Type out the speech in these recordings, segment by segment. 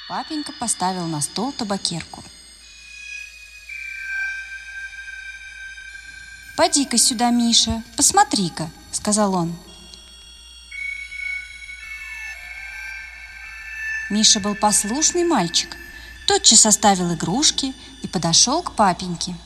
Папенька поставил на стол табакерку. «Поди-ка сюда, Миша, посмотри-ка», — сказал он. Миша был послушный мальчик, тотчас оставил игрушки и подошел к папеньке.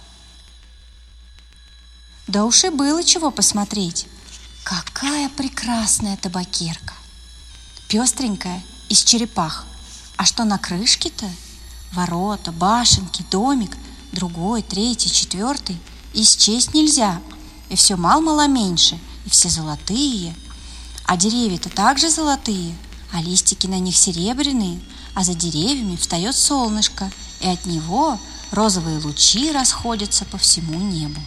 Да уж и было чего посмотреть. Какая прекрасная табакерка! Пестренькая, из черепах. А что на крышке-то? Ворота, башенки, домик, другой, третий, четвертый. И счесть нельзя. И все мало-мало меньше, и все золотые. А деревья-то также золотые, а листики на них серебряные, а за деревьями встает солнышко, и от него розовые лучи расходятся по всему небу.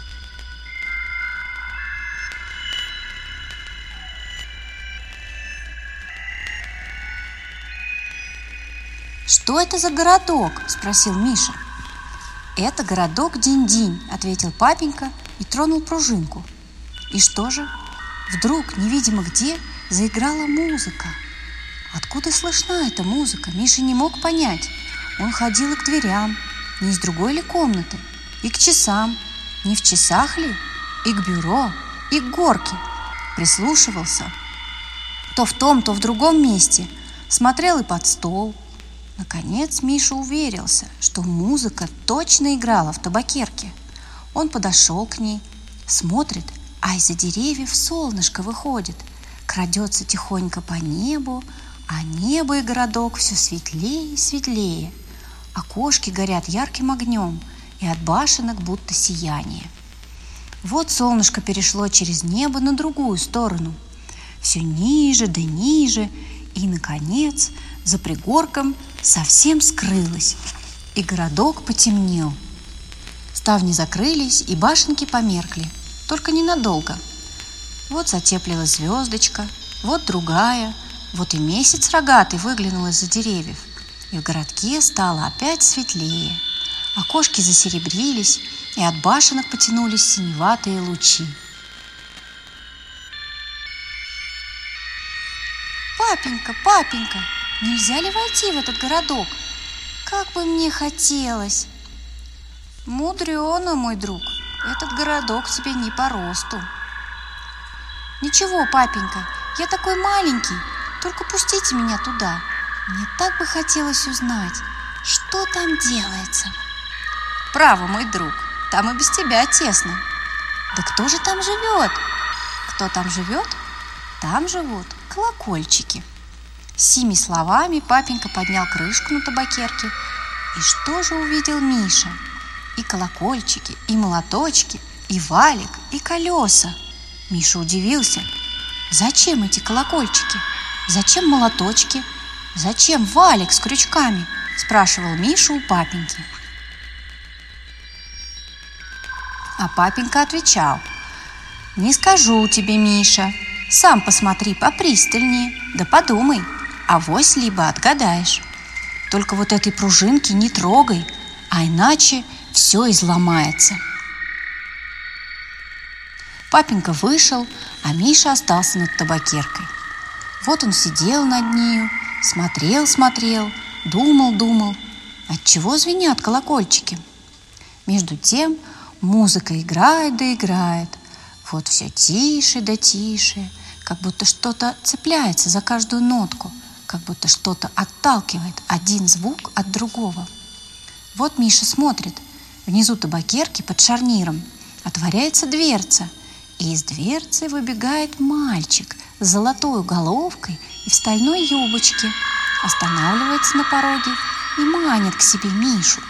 «Что это за городок?» – спросил Миша. «Это городок Динь-Динь», – ответил папенька и тронул пружинку. И что же? Вдруг, невидимо где, заиграла музыка. Откуда слышна эта музыка, Миша не мог понять. Он ходил и к дверям, не из другой ли комнаты, и к часам, не в часах ли, и к бюро, и к горке. Прислушивался. То в том, то в другом месте. Смотрел и под стол. Наконец Миша уверился, что музыка точно играла в табакерке. Он подошел к ней, смотрит, а из-за деревьев солнышко выходит, крадется тихонько по небу, а небо и городок все светлее и светлее. Окошки горят ярким огнем, и от башенок будто сияние. Вот солнышко перешло через небо на другую сторону, все ниже да ниже, и, наконец, за пригорком совсем скрылось, и городок потемнел. Ставни закрылись, и башенки померкли, только ненадолго. Вот затеплилась звездочка, вот другая, вот и месяц рогатый выглянул из-за деревьев, и в городке стало опять светлее. Окошки засеребрились, и от башенок потянулись синеватые лучи. «Папенька, папенька, нельзя ли войти в этот городок? Как бы мне хотелось!» «Мудрено, мой друг, этот городок тебе не по росту». «Ничего, папенька, я такой маленький, только пустите меня туда. Мне так бы хотелось узнать, что там делается». «Право, мой друг, там и без тебя тесно». «Да кто же там живет?» «Кто там живет? Там живут колокольчики». С сими словами папенька поднял крышку на табакерке. И что же увидел Миша? И колокольчики, и молоточки, и валик, и колеса. Миша удивился. Зачем эти колокольчики? Зачем молоточки? Зачем валик с крючками? Спрашивал Миша у папеньки. А папенька отвечал: «Не скажу тебе, Миша. Сам посмотри попристальнее, да подумай, авось либо отгадаешь. Только вот этой пружинки не трогай, а иначе все изломается». Папенька вышел, а Миша остался над табакеркой. Вот он сидел над нею, смотрел, думал, отчего звенят колокольчики. Между тем музыка играет да играет. Вот все тише да тише, как будто что-то цепляется за каждую нотку, как будто что-то отталкивает один звук от другого. Вот Миша смотрит. Внизу табакерки под шарниром отворяется дверца, и из дверцы выбегает мальчик с золотой головкой и в стальной юбочке, останавливается на пороге и манит к себе Мишу.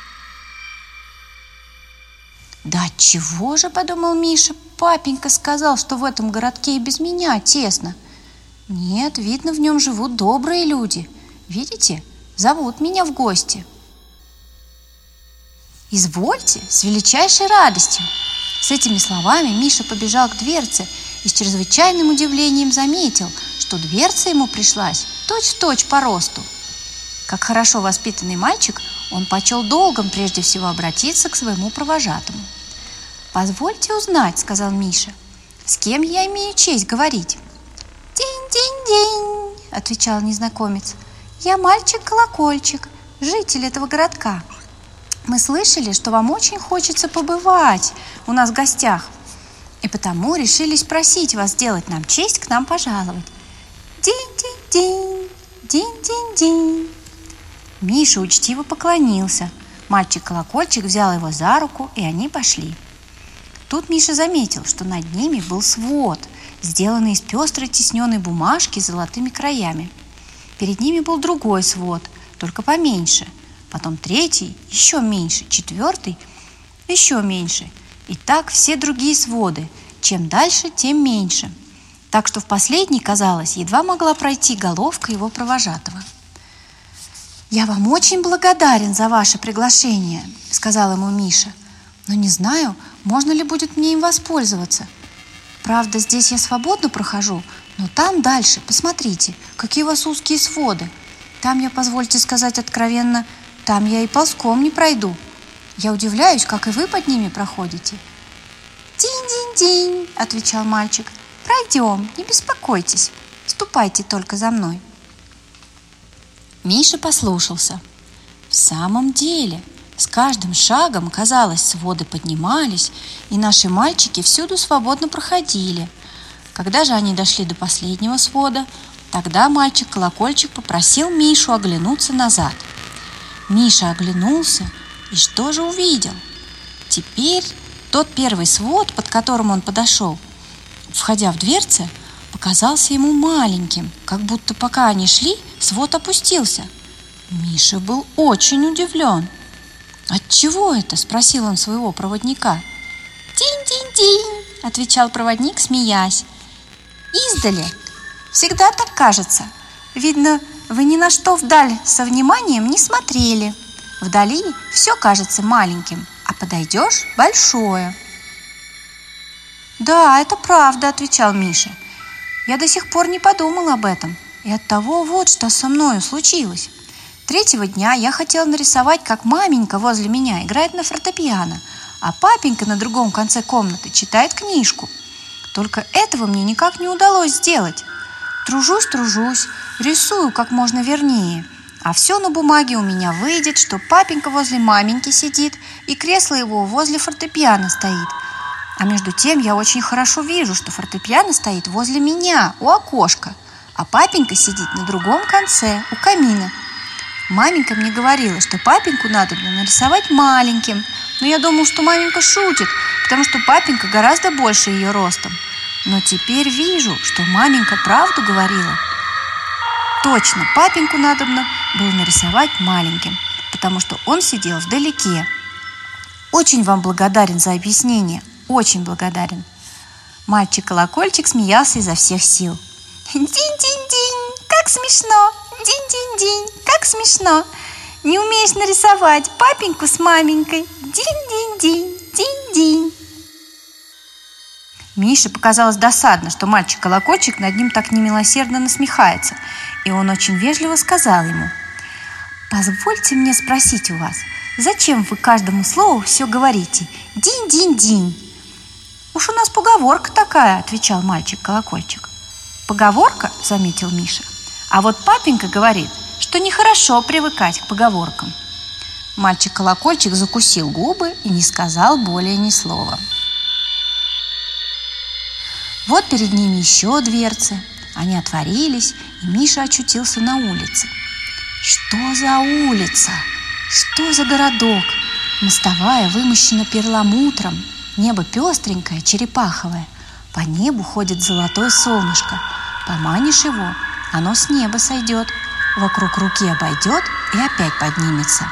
«Да чего же, — подумал Миша, — папенька сказал, что в этом городке и без меня тесно. Нет, видно, в нем живут добрые люди. Видите, зовут меня в гости». «Извольте, с величайшей радостью!» С этими словами Миша побежал к дверце и с чрезвычайным удивлением заметил, что дверца ему пришлась точь-в-точь по росту. Как хорошо воспитанный мальчик, он почел долгом прежде всего обратиться к своему провожатому. «Позвольте узнать, — сказал Миша, — с кем я имею честь говорить?» «Динь-динь-динь, — отвечал незнакомец. «Я мальчик-колокольчик, житель этого городка. Мы слышали, что вам очень хочется побывать у нас в гостях, и потому решили спросить вас сделать нам честь к нам пожаловать. Динь-динь-динь, динь-динь-динь». Миша учтиво поклонился. Мальчик-колокольчик взял его за руку, и они пошли. Тут Миша заметил, что над ними был свод, сделанный из пестрой тисненной бумажки с золотыми краями. Перед ними был другой свод, только поменьше. Потом третий, еще меньше, четвертый, еще меньше. И так все другие своды. Чем дальше, тем меньше. Так что в последний, казалось, едва могла пройти головка его провожатого. «Я вам очень благодарен за ваше приглашение», — сказал ему Миша. «Но не знаю, можно ли будет мне им воспользоваться. Правда, здесь я свободно прохожу, но там дальше, посмотрите, какие у вас узкие своды. Там я, позвольте сказать откровенно, там я и ползком не пройду. Я удивляюсь, как и вы под ними проходите». «Динь-динь-динь», — отвечал мальчик. «Пройдем, не беспокойтесь, ступайте только за мной». Миша послушался. В самом деле, с каждым шагом, казалось, своды поднимались, и наши мальчики всюду свободно проходили. Когда же они дошли до последнего свода, тогда мальчик-колокольчик попросил Мишу оглянуться назад. Миша оглянулся, и что же увидел? Теперь тот первый свод, под которым он подошел, входя в дверцы, показался ему маленьким, как будто пока они шли, свод опустился. Миша был очень удивлен. «Отчего это?» – спросил он своего проводника. «Динь-динь-динь», – отвечал проводник, смеясь. «Издали всегда так кажется. Видно, вы ни на что вдаль со вниманием не смотрели. Вдали все кажется маленьким, а подойдешь – большое». «Да, это правда», – отвечал Миша. «Я до сих пор не подумал об этом, и оттого вот что со мною случилось. Третьего дня я хотел нарисовать, как маменька возле меня играет на фортепиано, а папенька на другом конце комнаты читает книжку. Только этого мне никак не удалось сделать. Тружусь, рисую как можно вернее, а все на бумаге у меня выйдет, что папенька возле маменьки сидит, и кресло его возле фортепиано стоит. А между тем я очень хорошо вижу, что фортепиано стоит возле меня, у окошка, а папенька сидит на другом конце, у камина. Маменька мне говорила, что папеньку надо нарисовать маленьким, но я думал, что маменька шутит, потому что папенька гораздо больше ее ростом. Но теперь вижу, что маменька правду говорила. Точно, папеньку надо было нарисовать маленьким, потому что он сидел вдалеке. Очень вам благодарен за объяснение, очень благодарен. Мальчик-колокольчик смеялся изо всех сил. «Динь-динь-динь, как смешно! Динь-динь-динь, как смешно! Не умеешь нарисовать папеньку с маменькой! Динь-динь-динь, динь-динь!» Мише показалось досадно, что мальчик-колокольчик над ним так немилосердно насмехается, и он очень вежливо сказал ему: «Позвольте мне спросить у вас, зачем вы каждому слову все говорите «динь-динь-динь»?» «Уж у нас поговорка такая», — отвечал мальчик-колокольчик. «Поговорка?» — заметил Миша. «А вот папенька говорит, что нехорошо привыкать к поговоркам». Мальчик-колокольчик закусил губы и не сказал более ни слова. Вот перед ними еще дверцы. Они отворились, и Миша очутился на улице. Что за улица? Что за городок? Мостовая вымощена перламутром, небо пестренькое, черепаховое. По небу ходит золотое солнышко. Поманишь его, оно с неба сойдет, вокруг руки обойдет и опять поднимется.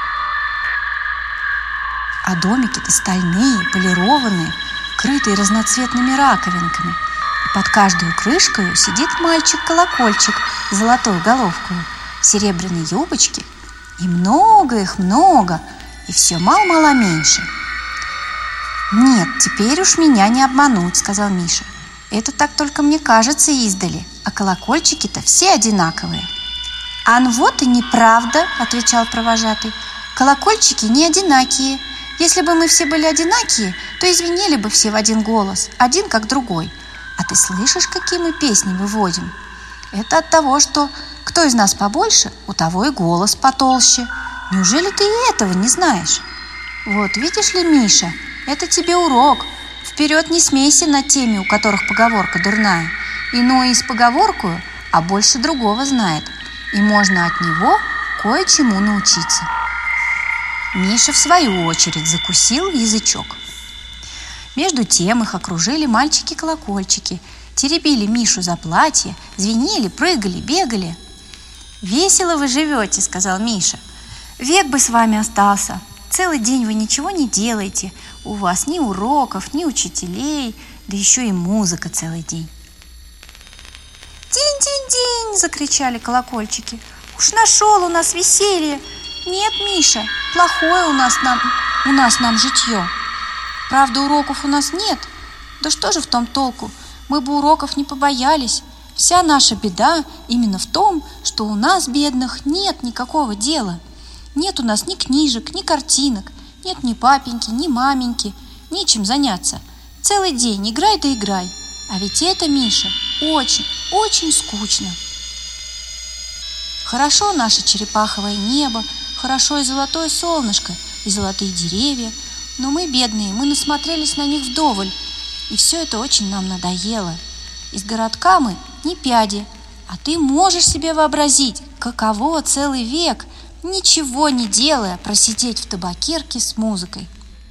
А домики-то стальные, полированные, крытые разноцветными раковинками. И под каждую крышкой сидит мальчик-колокольчик с золотой головкой, в серебряной юбочке. И много их, много, и все мало-мало меньше. «Нет, теперь уж меня не обмануть», — сказал Миша. «Это так только мне кажется издали, а колокольчики-то все одинаковые». «А ну вот и неправда», — отвечал провожатый. «Колокольчики не одинакие. Если бы мы все были одинакие, то извинели бы все в один голос, один как другой. А ты слышишь, какие мы песни выводим? Это от того, что Кто из нас побольше, у того и голос потолще. Неужели ты и этого не знаешь? Вот видишь ли, Миша, это тебе урок. Вперед не смейся над теми, у которых поговорка дурная. Иной из поговоркую, а больше другого знает. И можно от него кое-чему научиться. Миша в свою очередь закусил язычок. Между тем их окружили мальчики-колокольчики, теребили Мишу за платье, звенели, прыгали, бегали. «Весело вы живете», — сказал Миша. «Век бы с вами остался. Целый день вы ничего не делаете. У вас ни уроков, ни учителей, да еще и музыка целый день». «Динь-динь-динь!» — закричали колокольчики. «Уж нашел у нас веселье! Нет, Миша, плохое у нас нам житье. Правда, уроков у нас нет. Да что же в том толку? Мы бы уроков не побоялись. Вся наша беда именно в том, что у нас, бедных, нет никакого дела. Нет у нас ни книжек, ни картинок, нет ни папеньки, ни маменьки, нечем заняться. Целый день играй да играй. А ведь это, Миша, очень, очень скучно. Хорошо наше черепаховое небо, хорошо и золотое солнышко, и золотые деревья, но мы, бедные, мы насмотрелись на них вдоволь, и все это очень нам надоело. Из городка мы ни пяди, а ты можешь себе вообразить, каково целый век, ничего не делая, просидеть в табакерке с музыкой.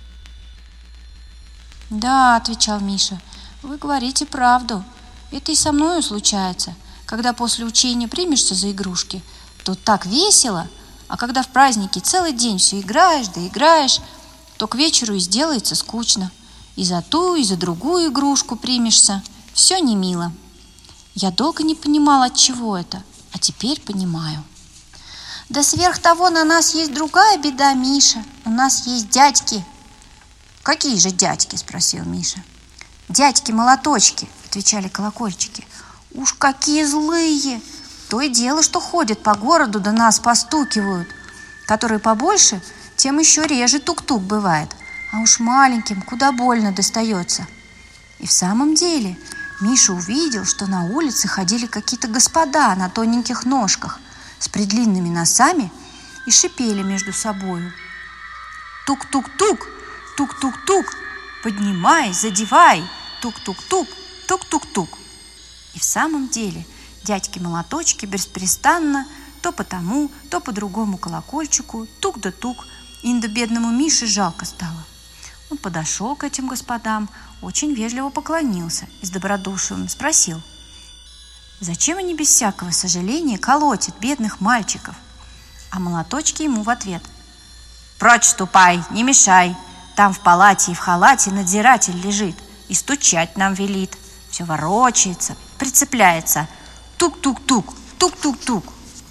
«Да, — отвечал Миша, — вы говорите правду. Это и со мною случается. Когда после учения примешься за игрушки, то так весело, а когда в праздники целый день все играешь да играешь, то к вечеру и сделается скучно. И за ту, и за другую игрушку примешься. Все не мило. Я долго не понимала, от чего это, а теперь понимаю». «Да сверх того на нас есть другая беда, Миша. У нас есть дядьки». «Какие же дядьки?» — спросил Миша. «Дядьки-молоточки», — отвечали колокольчики. «Уж какие злые! То и дело, что ходят по городу да нас постукивают. Которые побольше, тем еще реже тук-тук бывает, а уж маленьким куда больно достается». И в самом деле Миша увидел, что на улице ходили какие-то господа на тоненьких ножках с предлинными носами и шипели между собою. «Тук-тук-тук! Тук-тук-тук! Поднимай, задевай! Тук-тук-тук! Тук-тук-тук!» И в самом деле дядьки-молоточки беспрестанно то по тому, то по другому колокольчику тук да тук, инда бедному Мише жалко стало. Он подошел к этим господам, очень вежливо поклонился и с добродушием спросил: «Зачем они без всякого сожаления колотят бедных мальчиков?» А молоточки ему в ответ: «Прочь ступай, не мешай! Там в палате и в халате надзиратель лежит и стучать нам велит. Все ворочается, прицепляется. Тук-тук-тук, тук-тук-тук».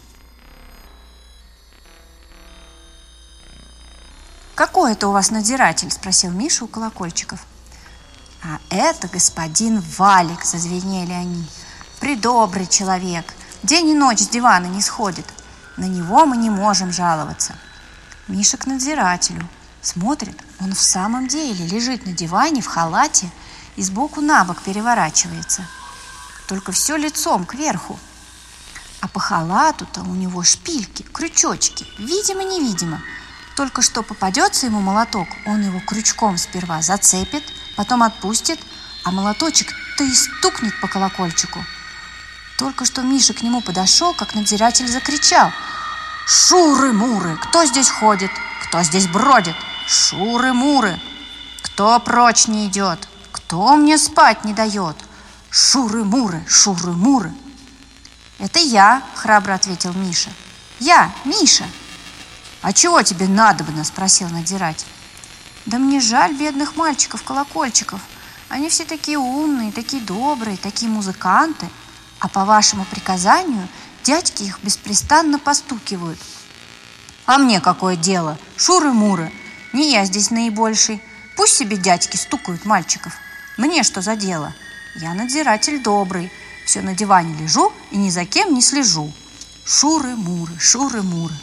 «Какой это у вас надзиратель?» – спросил Миша у колокольчиков. «А это господин Валик», – зазвенели они. «Предобрый человек, день и ночь с дивана не сходит. На него мы не можем жаловаться». Миша к надзирателю. Смотрит, он в самом деле лежит на диване в халате и сбоку на бок переворачивается. Только все лицом кверху. А по халату-то у него шпильки, крючочки, видимо-невидимо. Только что попадется ему молоток, он его крючком сперва зацепит, потом отпустит, а молоточек-то и стукнет по колокольчику. Только что Миша к нему подошел, как надзиратель закричал: «Шуры-муры! Кто здесь ходит? Кто здесь бродит? Шуры-муры! Кто прочь не идет? Кто мне спать не дает? Шуры-муры! Шуры-муры!» «Это я», — храбро ответил Миша. «Я, Миша». «А чего тебе надобно?» — спросил надзиратель. «Да мне жаль бедных мальчиков-колокольчиков. Они все такие умные, такие добрые, такие музыканты. А по вашему приказанию дядьки их беспрестанно постукивают». «А мне какое дело? Шуры-муры! Не я здесь наибольший. Пусть себе дядьки стукают мальчиков. Мне что за дело? Я надзиратель добрый. Все на диване лежу и ни за кем не слежу. Шуры-муры, шуры-муры».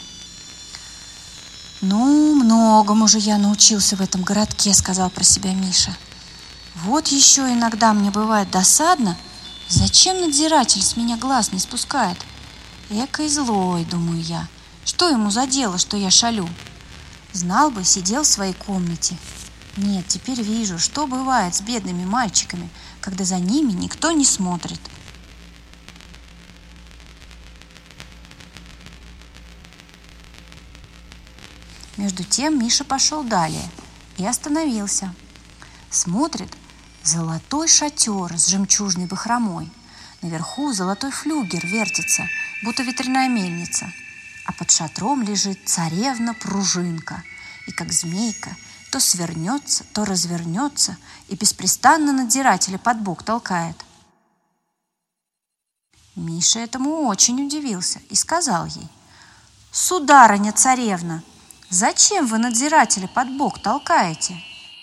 «Ну, многому же я научился в этом городке», — сказал про себя Миша. «Вот еще иногда мне бывает досадно, зачем надзиратель с меня глаз не спускает. Экой злой, думаю я. Что ему за дело, что я шалю? Знал бы, сидел в своей комнате. Нет, теперь вижу, что бывает с бедными мальчиками, когда за ними никто не смотрит. Между тем Миша пошел далее и остановился. Смотрит, золотой шатер с жемчужной бахромой. Наверху золотой флюгер вертится, будто ветряная мельница. А под шатром лежит царевна-пружинка. И как змейка то свернется, то развернется и беспрестанно надзирателя под бок толкает. Миша этому очень удивился и сказал ей: «Сударыня-царевна, зачем вы надзирателя под бок толкаете?»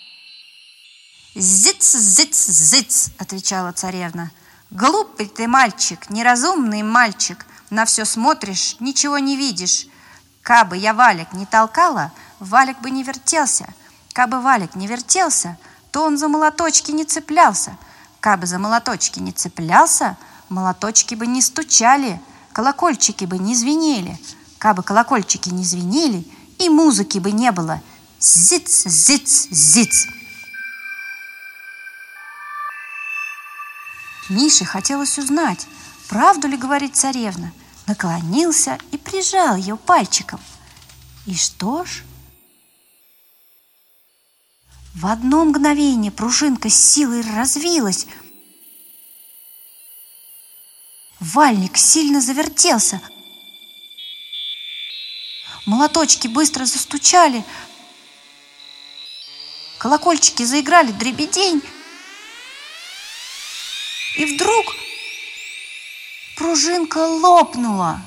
«Зиц, зиц, зиц!» – отвечала царевна. «Глупый ты мальчик, неразумный мальчик, на все смотришь, ничего не видишь. Кабы я валик не толкала, валик бы не вертелся. Кабы валик не вертелся, то он за молоточки не цеплялся. Кабы за молоточки не цеплялся, молоточки бы не стучали, колокольчики бы не звенели. Кабы колокольчики не звенели, и музыки бы не было. Зиц, зиц, зиц!» Мише хотелось узнать, правду ли говорит царевна. Наклонился и прижал ее пальчиком. И что ж? В одно мгновение пружинка с силой развилась. Вальник сильно завертелся. Молоточки быстро застучали. Колокольчики заиграли дребедень. И вдруг пружинка лопнула.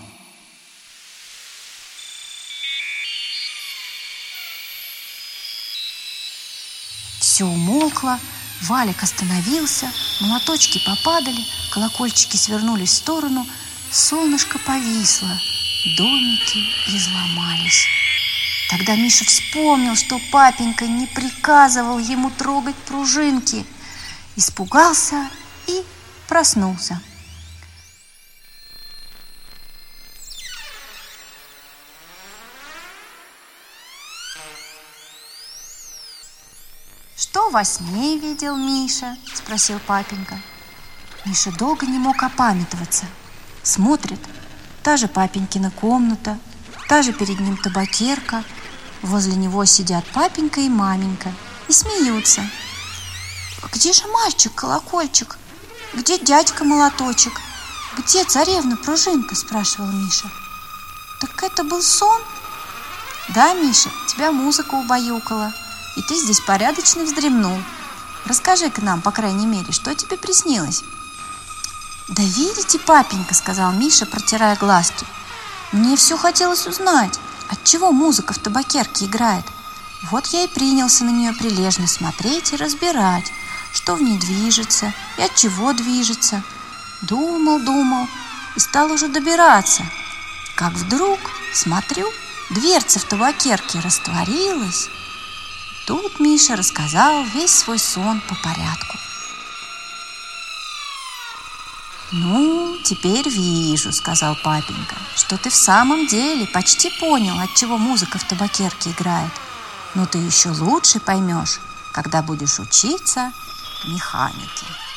Все умолкло, валик остановился, молоточки попадали, колокольчики свернулись в сторону, солнышко повисло, домики изломались. Тогда Миша вспомнил, что папенька не приказывал ему трогать пружинки. Испугался и проснулся. «Что во сне видел Миша?» – спросил папенька. Миша долго не мог опамятоваться. Смотрит, та же папенькина комната, та же перед ним табакерка. Возле него сидят папенька и маменька и смеются. «Где же мальчик-колокольчик? Где дядька-молоточек? Где царевна-пружинка?» – спрашивал Миша. «Так это был сон?» «Да, Миша, тебя музыка убаюкала, и ты здесь порядочно вздремнул. Расскажи-ка нам, по крайней мере, что тебе приснилось?» «Да видите, папенька, — сказал Миша, протирая глазки, — мне все хотелось узнать, отчего музыка в табакерке играет. Вот я и принялся на нее прилежно смотреть и разбирать, что в ней движется и от чего движется. Думал и стал уже добираться. Как вдруг, смотрю, дверца в табакерке растворилась». Тут Миша рассказал весь свой сон по порядку. «Ну, теперь вижу, — сказал папенька, — что ты в самом деле почти понял, отчего музыка в табакерке играет. Но ты еще лучше поймешь, когда будешь учиться механике».